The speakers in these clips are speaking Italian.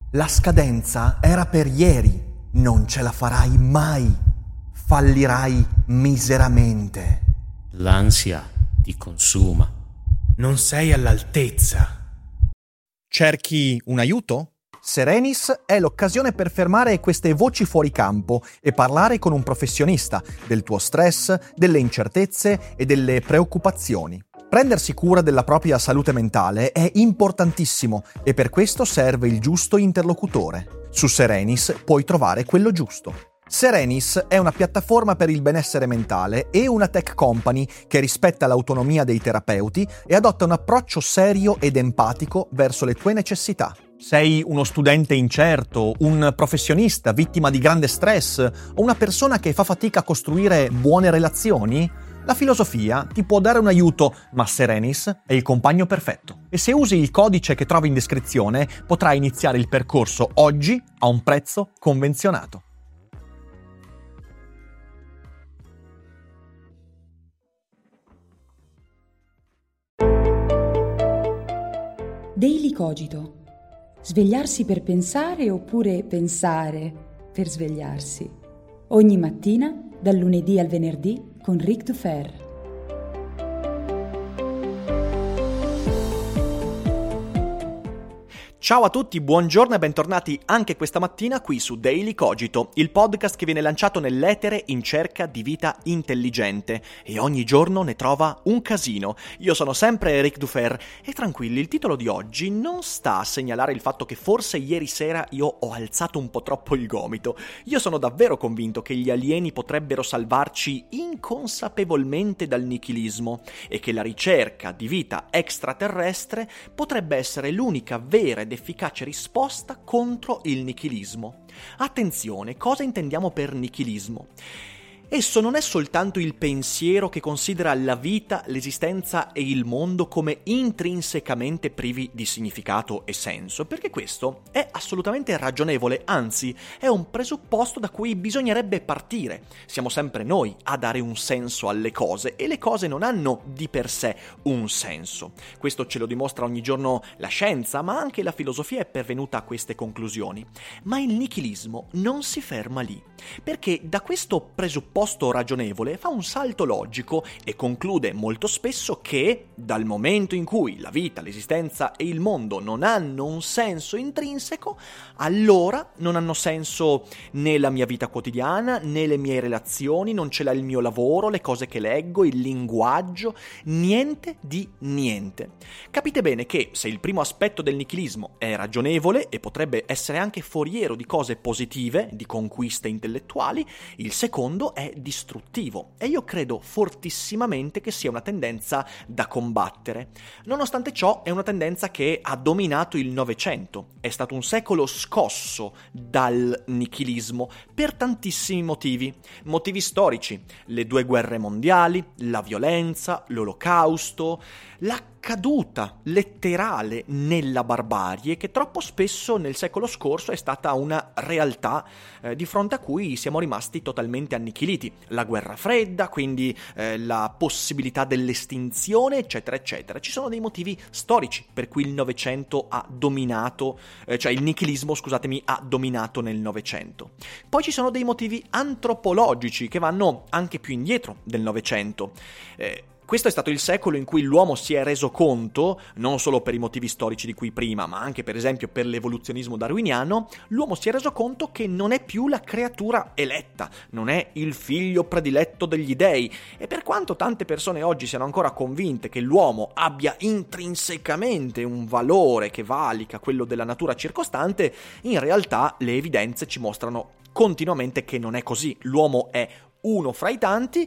La scadenza era per ieri, non ce la farai mai, fallirai miseramente. L'ansia ti consuma. Non sei all'altezza. Cerchi un aiuto? Serenis è l'occasione per fermare queste voci fuori campo e parlare con un professionista del tuo stress, delle incertezze e delle preoccupazioni. Prendersi cura della propria salute mentale è importantissimo e per questo serve il giusto interlocutore. Su Serenis puoi trovare quello giusto. Serenis è una piattaforma per il benessere mentale e una tech company che rispetta l'autonomia dei terapeuti e adotta un approccio serio ed empatico verso le tue necessità. Sei uno studente incerto, un professionista vittima di grande stress o una persona che fa fatica a costruire buone relazioni? La filosofia ti può dare un aiuto, ma Serenis è il compagno perfetto. E se usi il codice che trovi in descrizione, potrai iniziare il percorso oggi a un prezzo convenzionato. Daily Cogito. Svegliarsi per pensare oppure pensare per svegliarsi. Ogni mattina, dal lunedì al venerdì, con Ric Dufer. Ciao a tutti, buongiorno e bentornati anche questa mattina qui su Daily Cogito, il podcast che viene lanciato nell'etere in cerca di vita intelligente e ogni giorno ne trova un casino. Io sono sempre Ric Dufer e tranquilli, il titolo di oggi non sta a segnalare il fatto che forse ieri sera io ho alzato un po' troppo il gomito. Io sono davvero convinto che gli alieni potrebbero salvarci inconsapevolmente dal nichilismo e che la ricerca di vita extraterrestre potrebbe essere l'unica vera ed efficace risposta contro il nichilismo. Attenzione, cosa intendiamo per nichilismo? Esso non è soltanto il pensiero che considera la vita, l'esistenza e il mondo come intrinsecamente privi di significato e senso, perché questo è assolutamente ragionevole, anzi è un presupposto da cui bisognerebbe partire. Siamo sempre noi a dare un senso alle cose e le cose non hanno di per sé un senso. Questo ce lo dimostra ogni giorno la scienza, ma anche la filosofia è pervenuta a queste conclusioni. Ma il nichilismo non si ferma lì, perché da questo presupposto ragionevole fa un salto logico e conclude molto spesso che dal momento in cui la vita, l'esistenza e il mondo non hanno un senso intrinseco, allora non hanno senso né la mia vita quotidiana, né le mie relazioni, non ce l'ha il mio lavoro, le cose che leggo, il linguaggio, niente di niente. Capite bene che se il primo aspetto del nichilismo è ragionevole e potrebbe essere anche foriero di cose positive, di conquiste intellettuali, il secondo è distruttivo e io credo fortissimamente che sia una tendenza da combattere. Nonostante ciò è una tendenza che ha dominato il Novecento, è stato un secolo scosso dal nichilismo per tantissimi motivi storici, le 2 guerre mondiali, la violenza, l'olocausto, la caduta letterale nella barbarie che troppo spesso nel secolo scorso è stata una realtà di fronte a cui siamo rimasti totalmente annichiliti. La guerra fredda, quindi la possibilità dell'estinzione, eccetera, eccetera. Ci sono dei motivi storici per cui il Novecento ha dominato, cioè il nichilismo, scusatemi, ha dominato nel Novecento. Poi ci sono dei motivi antropologici che vanno anche più indietro del Novecento. Questo è stato il secolo in cui l'uomo si è reso conto, non solo per i motivi storici di cui prima, ma anche per esempio per l'evoluzionismo darwiniano, l'uomo si è reso conto che non è più la creatura eletta, non è il figlio prediletto degli dei. E per quanto tante persone oggi siano ancora convinte che l'uomo abbia intrinsecamente un valore che valica quello della natura circostante, in realtà le evidenze ci mostrano continuamente che non è così. L'uomo è uno fra i tanti.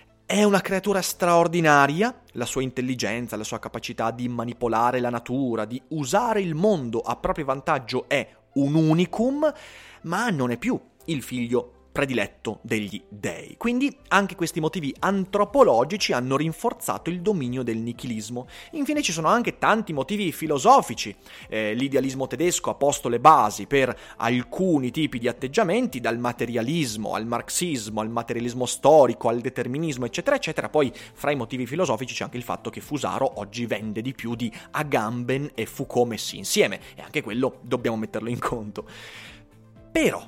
È una creatura straordinaria, la sua intelligenza, la sua capacità di manipolare la natura, di usare il mondo a proprio vantaggio è un unicum, ma non è più il figlio prediletto degli dei. Quindi anche questi motivi antropologici hanno rinforzato il dominio del nichilismo. Infine ci sono anche tanti motivi filosofici. L'idealismo tedesco ha posto le basi per alcuni tipi di atteggiamenti, dal materialismo al marxismo, al materialismo storico, al determinismo, eccetera, eccetera. Poi fra i motivi filosofici c'è anche il fatto che Fusaro oggi vende di più di Agamben e Foucault messi insieme, e anche quello dobbiamo metterlo in conto. Però,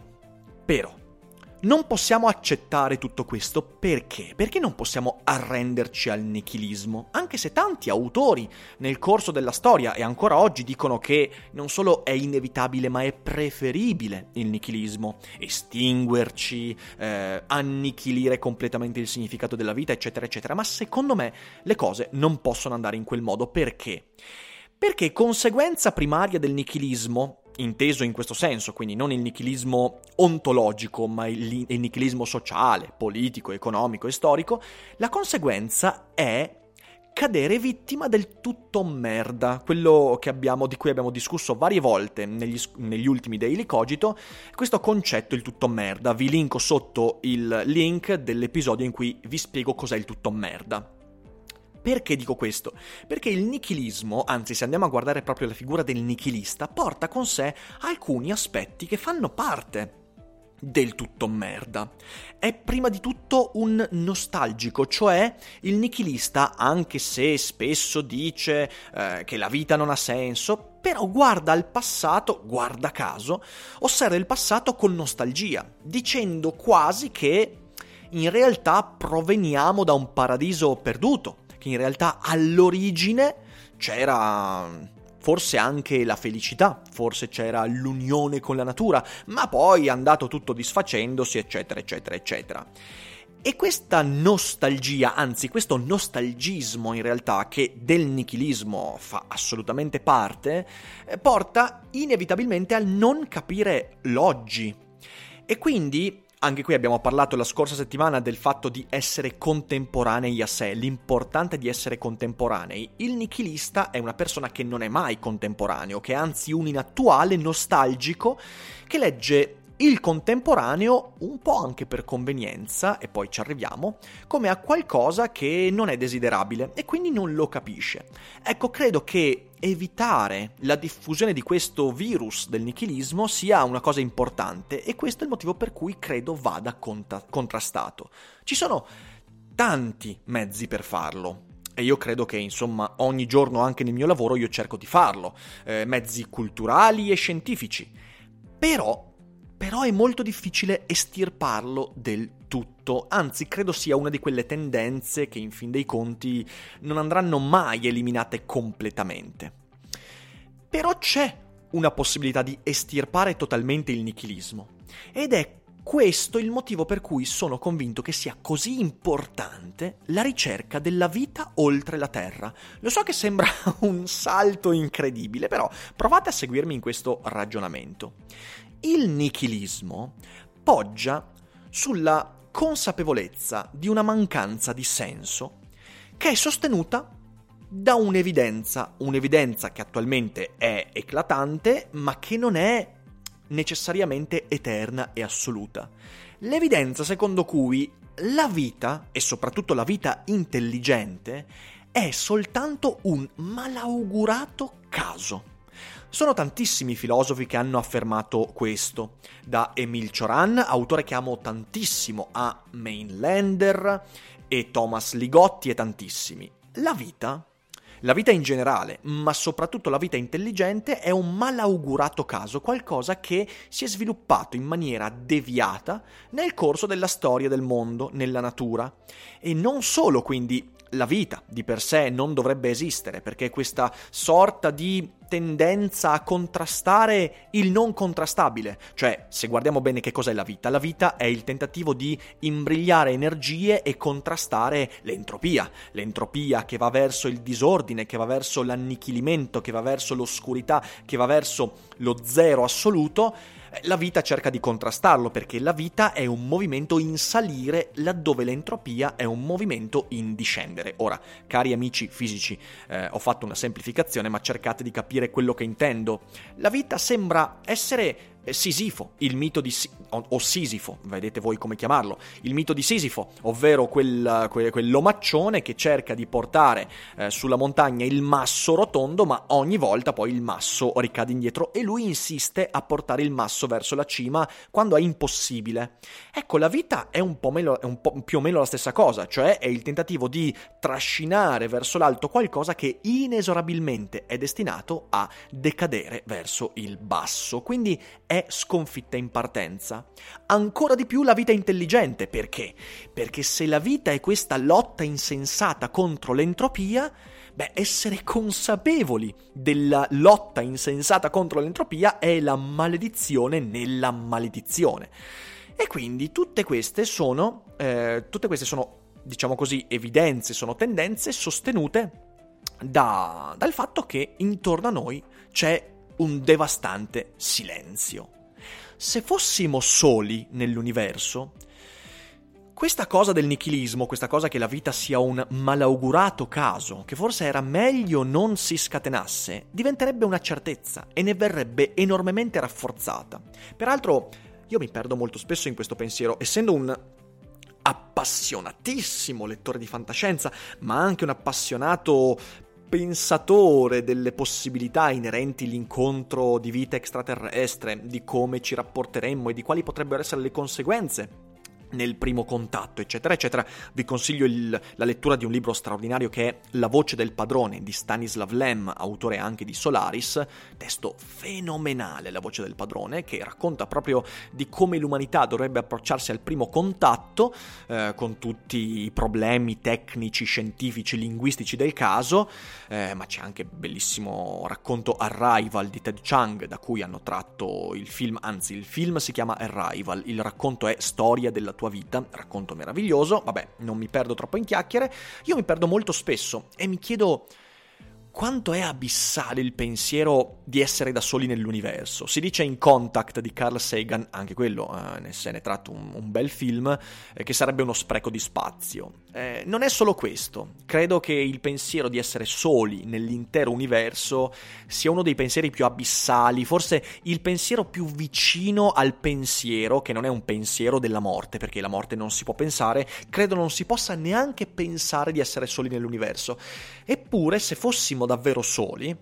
non possiamo accettare tutto questo. Perché? Perché non possiamo arrenderci al nichilismo, anche se tanti autori nel corso della storia e ancora oggi dicono che non solo è inevitabile ma è preferibile il nichilismo, estinguerci, annichilire completamente il significato della vita, eccetera, eccetera. Ma secondo me le cose non possono andare in quel modo. Perché? Perché conseguenza primaria del nichilismo, inteso in questo senso, quindi non il nichilismo ontologico, ma il nichilismo sociale, politico, economico e storico, la conseguenza è cadere vittima del tutto merda, quello di cui abbiamo discusso varie volte negli ultimi Daily Cogito, questo concetto, il tutto merda. Vi linko sotto il link dell'episodio in cui vi spiego cos'è il tutto merda. Perché dico questo? Perché il nichilismo, anzi se andiamo a guardare proprio la figura del nichilista, porta con sé alcuni aspetti che fanno parte del tutto merda. È prima di tutto un nostalgico, cioè il nichilista, anche se spesso dice che la vita non ha senso, però guarda al passato, guarda caso, osserva il passato con nostalgia, dicendo quasi che in realtà proveniamo da un paradiso perduto, che in realtà all'origine c'era forse anche la felicità, forse c'era l'unione con la natura, ma poi è andato tutto disfacendosi, eccetera, eccetera, eccetera. E questa nostalgia, anzi questo nostalgismo in realtà, che del nichilismo fa assolutamente parte, porta inevitabilmente al non capire l'oggi. E quindi anche qui abbiamo parlato la scorsa settimana del fatto di essere contemporanei a sé, l'importante di essere contemporanei. Il nichilista è una persona che non è mai contemporaneo, che è anzi un inattuale nostalgico che legge il contemporaneo, un po' anche per convenienza, e poi ci arriviamo, come a qualcosa che non è desiderabile e quindi non lo capisce. Ecco, credo che evitare la diffusione di questo virus del nichilismo sia una cosa importante, e questo è il motivo per cui credo vada contrastato. Ci sono tanti mezzi per farlo. E io credo che, insomma, ogni giorno anche nel mio lavoro io cerco di farlo, mezzi culturali e scientifici. Però è molto difficile estirparlo del tutto, anzi credo sia una di quelle tendenze che in fin dei conti non andranno mai eliminate completamente. Però c'è una possibilità di estirpare totalmente il nichilismo, ed è questo il motivo per cui sono convinto che sia così importante la ricerca della vita oltre la Terra. Lo so che sembra un salto incredibile, però provate a seguirmi in questo ragionamento. Il nichilismo poggia sulla consapevolezza di una mancanza di senso che è sostenuta da un'evidenza che attualmente è eclatante, ma che non è necessariamente eterna e assoluta. L'evidenza secondo cui la vita, e soprattutto la vita intelligente, è soltanto un malaugurato caso. Sono tantissimi filosofi che hanno affermato questo, da Émile Cioran, autore che amo tantissimo, a Mainlander e Thomas Ligotti e tantissimi. La vita in generale, ma soprattutto la vita intelligente, è un malaugurato caso, qualcosa che si è sviluppato in maniera deviata nel corso della storia del mondo, nella natura. E non solo, quindi, la vita di per sé non dovrebbe esistere, perché questa sorta di tendenza a contrastare il non contrastabile. Cioè, se guardiamo bene che cos'è la vita è il tentativo di imbrigliare energie e contrastare l'entropia che va verso il disordine, che va verso l'annichilimento, che va verso l'oscurità, che va verso lo zero assoluto. La vita cerca di contrastarlo, perché la vita è un movimento in salire laddove l'entropia è un movimento in discendere. Ora, cari amici fisici, ho fatto una semplificazione, ma cercate di capire quello che intendo. La vita sembra essere Sisifo, il mito di o Sisifo, vedete voi come chiamarlo, il mito di Sisifo, ovvero quell'omaccione che cerca di portare sulla montagna il masso rotondo, ma ogni volta poi il masso ricade indietro e lui insiste a portare il masso verso la cima quando è impossibile. Ecco, la vita è un po' più o meno la stessa cosa, cioè è il tentativo di trascinare verso l'alto qualcosa che inesorabilmente è destinato a decadere verso il basso, quindi è sconfitta in partenza. Ancora di più la vita è intelligente, perché? Perché se la vita è questa lotta insensata contro l'entropia, essere consapevoli della lotta insensata contro l'entropia è la maledizione nella maledizione. E quindi tutte queste sono, diciamo così, evidenze, sono tendenze sostenute dal fatto che intorno a noi c'è un devastante silenzio. Se fossimo soli nell'universo, questa cosa del nichilismo, questa cosa che la vita sia un malaugurato caso, che forse era meglio non si scatenasse, diventerebbe una certezza e ne verrebbe enormemente rafforzata. Peraltro, io mi perdo molto spesso in questo pensiero, essendo un appassionatissimo lettore di fantascienza, ma anche un appassionato pensatore delle possibilità inerenti all'incontro di vita extraterrestre, di come ci rapporteremmo e di quali potrebbero essere le conseguenze nel primo contatto, eccetera, eccetera. Vi consiglio la lettura di un libro straordinario che è La voce del padrone di Stanislav Lem, autore anche di Solaris, testo fenomenale, La voce del padrone, che racconta proprio di come l'umanità dovrebbe approcciarsi al primo contatto, con tutti i problemi tecnici, scientifici, linguistici del caso, ma c'è anche bellissimo racconto Arrival di Ted Chiang, da cui hanno tratto il film, anzi il film si chiama Arrival, il racconto è Storia della tua vita, racconto meraviglioso. Vabbè, non mi perdo troppo in chiacchiere, io mi perdo molto spesso e mi chiedo quanto è abissale il pensiero di essere da soli nell'universo. Si dice in Contact di Carl Sagan, anche quello se ne è tratto un bel film, che sarebbe uno spreco di spazio. Non è solo questo, credo che il pensiero di essere soli nell'intero universo sia uno dei pensieri più abissali, forse il pensiero più vicino al pensiero, che non è un pensiero della morte, perché la morte non si può pensare, credo non si possa neanche pensare di essere soli nell'universo. Eppure, se fossimo davvero soli,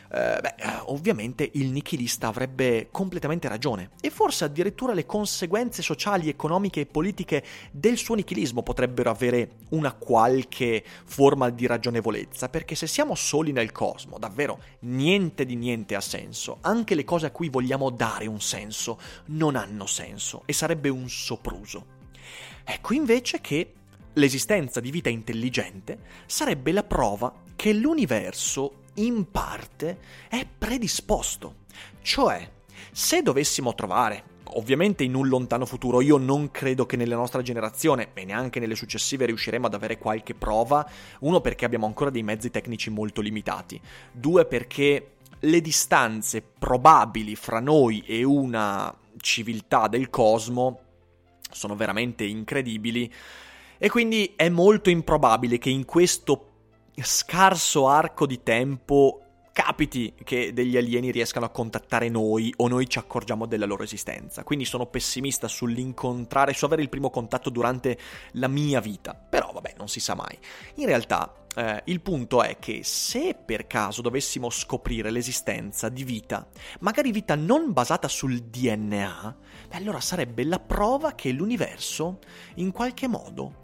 ovviamente il nichilista avrebbe completamente ragione e forse addirittura le conseguenze sociali, economiche e politiche del suo nichilismo potrebbero avere una qualche forma di ragionevolezza, perché se siamo soli nel cosmo, davvero niente di niente ha senso, anche le cose a cui vogliamo dare un senso non hanno senso e sarebbe un sopruso. Ecco invece che l'esistenza di vita intelligente sarebbe la prova che l'universo in parte è predisposto. Cioè, se dovessimo trovare, ovviamente in un lontano futuro, io non credo che nella nostra generazione e neanche nelle successive riusciremo ad avere qualche prova, uno perché abbiamo ancora dei mezzi tecnici molto limitati, due perché le distanze probabili fra noi e una civiltà del cosmo sono veramente incredibili. E quindi è molto improbabile che in questo scarso arco di tempo capiti che degli alieni riescano a contattare noi o noi ci accorgiamo della loro esistenza. Quindi sono pessimista su avere il primo contatto durante la mia vita. Però vabbè, non si sa mai. In realtà il punto è che se per caso dovessimo scoprire l'esistenza di vita, magari vita non basata sul DNA, allora sarebbe la prova che l'universo in qualche modo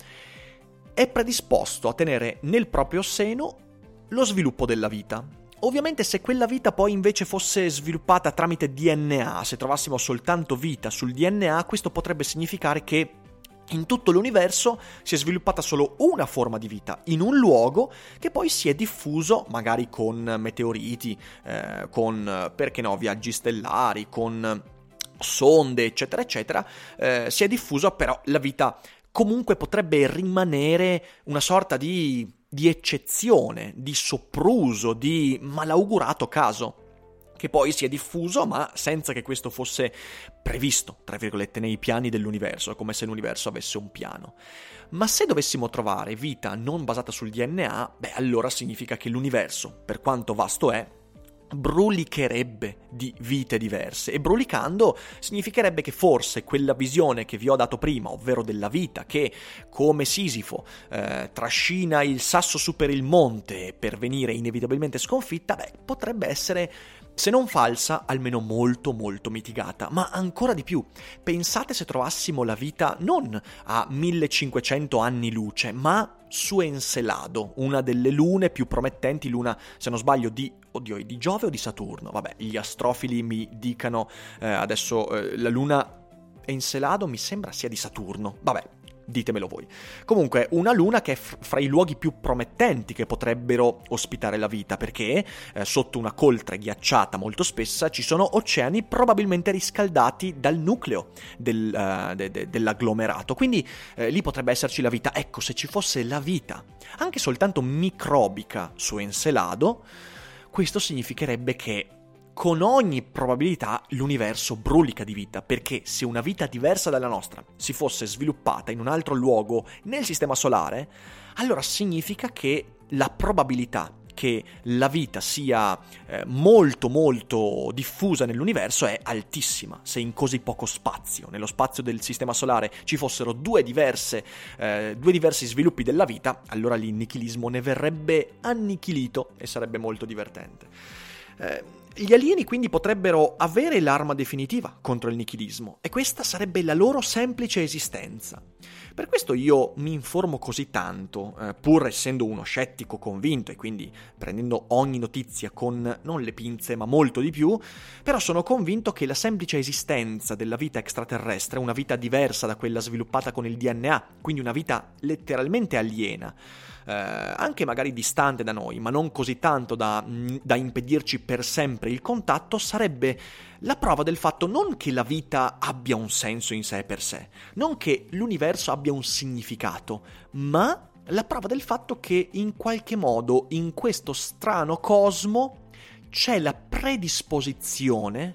è predisposto a tenere nel proprio seno lo sviluppo della vita. Ovviamente se quella vita poi invece fosse sviluppata tramite DNA, se trovassimo soltanto vita sul DNA, questo potrebbe significare che in tutto l'universo si è sviluppata solo una forma di vita, in un luogo che poi si è diffuso, magari con meteoriti, con, perché no, viaggi stellari, con sonde, eccetera, eccetera, si è diffuso, però la vita comunque potrebbe rimanere una sorta di eccezione, di sopruso, di malaugurato caso, che poi si è diffuso ma senza che questo fosse previsto, tra virgolette, nei piani dell'universo, come se l'universo avesse un piano. Ma se dovessimo trovare vita non basata sul DNA, allora significa che l'universo, per quanto vasto è, brulicherebbe di vite diverse, e brulicando significherebbe che forse quella visione che vi ho dato prima, ovvero della vita che come Sisifo trascina il sasso su per il monte per venire inevitabilmente sconfitta, potrebbe essere, se non falsa, almeno molto molto mitigata. Ma ancora di più, pensate se trovassimo la vita non a 1500 anni luce, ma su Encelado, una delle lune più promettenti, luna, se non sbaglio, di Giove o di Saturno? Vabbè, gli astrofili mi dicano adesso la luna Encelado mi sembra sia di Saturno, vabbè, ditemelo voi. Comunque, una luna che è fra i luoghi più promettenti che potrebbero ospitare la vita, perché sotto una coltre ghiacciata molto spessa ci sono oceani probabilmente riscaldati dal nucleo dell'agglomerato, quindi lì potrebbe esserci la vita. Ecco, se ci fosse la vita, anche soltanto microbica, su Encelado, questo significherebbe che con ogni probabilità l'universo brulica di vita, perché se una vita diversa dalla nostra si fosse sviluppata in un altro luogo nel sistema solare, allora significa che la probabilità che la vita sia molto molto diffusa nell'universo è altissima. Se in così poco spazio, nello spazio del sistema solare, ci fossero due diversi sviluppi della vita, allora il nichilismo ne verrebbe annichilito e sarebbe molto divertente. Gli alieni quindi potrebbero avere l'arma definitiva contro il nichilismo, e questa sarebbe la loro semplice esistenza. Per questo io mi informo così tanto, pur essendo uno scettico convinto e quindi prendendo ogni notizia con non le pinze ma molto di più, però sono convinto che la semplice esistenza della vita extraterrestre, una vita diversa da quella sviluppata con il DNA, quindi una vita letteralmente aliena, anche magari distante da noi, ma non così tanto da impedirci per sempre il contatto, sarebbe la prova del fatto non che la vita abbia un senso in sé per sé, non che l'universo abbia un significato, ma la prova del fatto che in qualche modo in questo strano cosmo c'è la predisposizione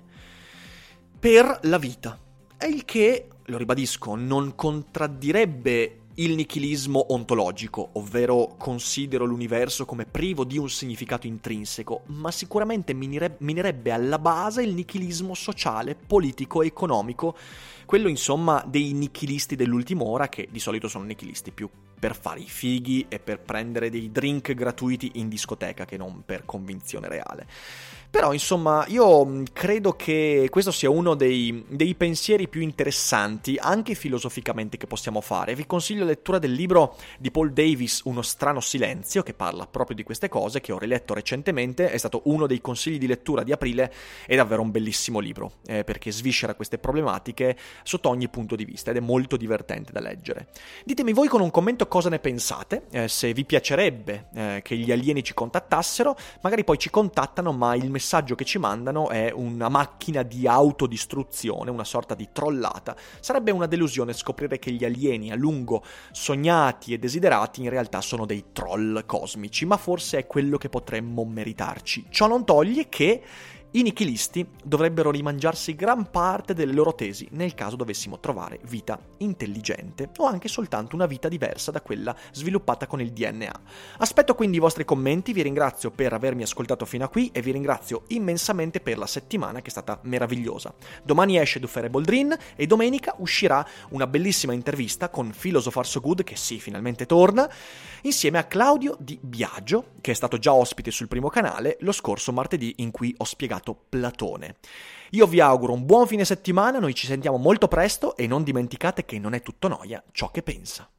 per la vita, e il che, lo ribadisco, non contraddirebbe il nichilismo ontologico, ovvero considero l'universo come privo di un significato intrinseco, ma sicuramente minerebbe alla base il nichilismo sociale, politico e economico, quello insomma dei nichilisti dell'ultima ora, che di solito sono nichilisti più per fare i fighi e per prendere dei drink gratuiti in discoteca che non per convinzione reale. Però insomma io credo che questo sia uno dei pensieri più interessanti anche filosoficamente che possiamo fare. Vi consiglio la lettura del libro di Paul Davies, Uno strano silenzio, che parla proprio di queste cose, che ho riletto recentemente. È stato uno dei consigli di lettura di aprile, è davvero un bellissimo libro perché sviscera queste problematiche sotto ogni punto di vista ed è molto divertente da leggere. Ditemi voi con un commento cosa ne pensate, se vi piacerebbe che gli alieni ci contattassero. Magari poi ci contattano, ma il messaggio che ci mandano è una macchina di autodistruzione, una sorta di trollata. Sarebbe una delusione scoprire che gli alieni a lungo sognati e desiderati in realtà sono dei troll cosmici, ma forse è quello che potremmo meritarci. Ciò non toglie che i nichilisti dovrebbero rimangiarsi gran parte delle loro tesi nel caso dovessimo trovare vita intelligente o anche soltanto una vita diversa da quella sviluppata con il DNA. Aspetto quindi i vostri commenti, vi ringrazio per avermi ascoltato fino a qui e vi ringrazio immensamente per la settimana che è stata meravigliosa. Domani esce Dufere Boldrin e domenica uscirà una bellissima intervista con Philosopher So Good, che sì, finalmente torna, insieme a Claudio Di Biagio, che è stato già ospite sul primo canale lo scorso martedì in cui ho spiegato Platone. Io vi auguro un buon fine settimana, noi ci sentiamo molto presto e non dimenticate che non è tutto noia ciò che pensa.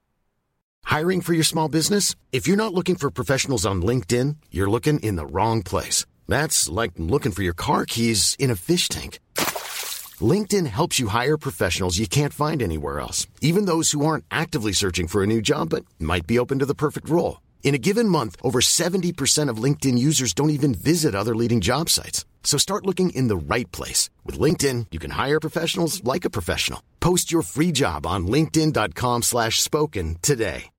Hiring for your small business? If you're not looking for professionals on LinkedIn, you're looking in the wrong place. That's like looking for your car keys in a fish tank. LinkedIn helps you hire professionals you can't find anywhere else, even those who aren't actively searching for a new job but might be open to the perfect role. In a given month, over 70% of LinkedIn users don't even visit other leading job sites. So start looking in the right place. With LinkedIn, you can hire professionals like a professional. Post your free job on linkedin.com/spoken today.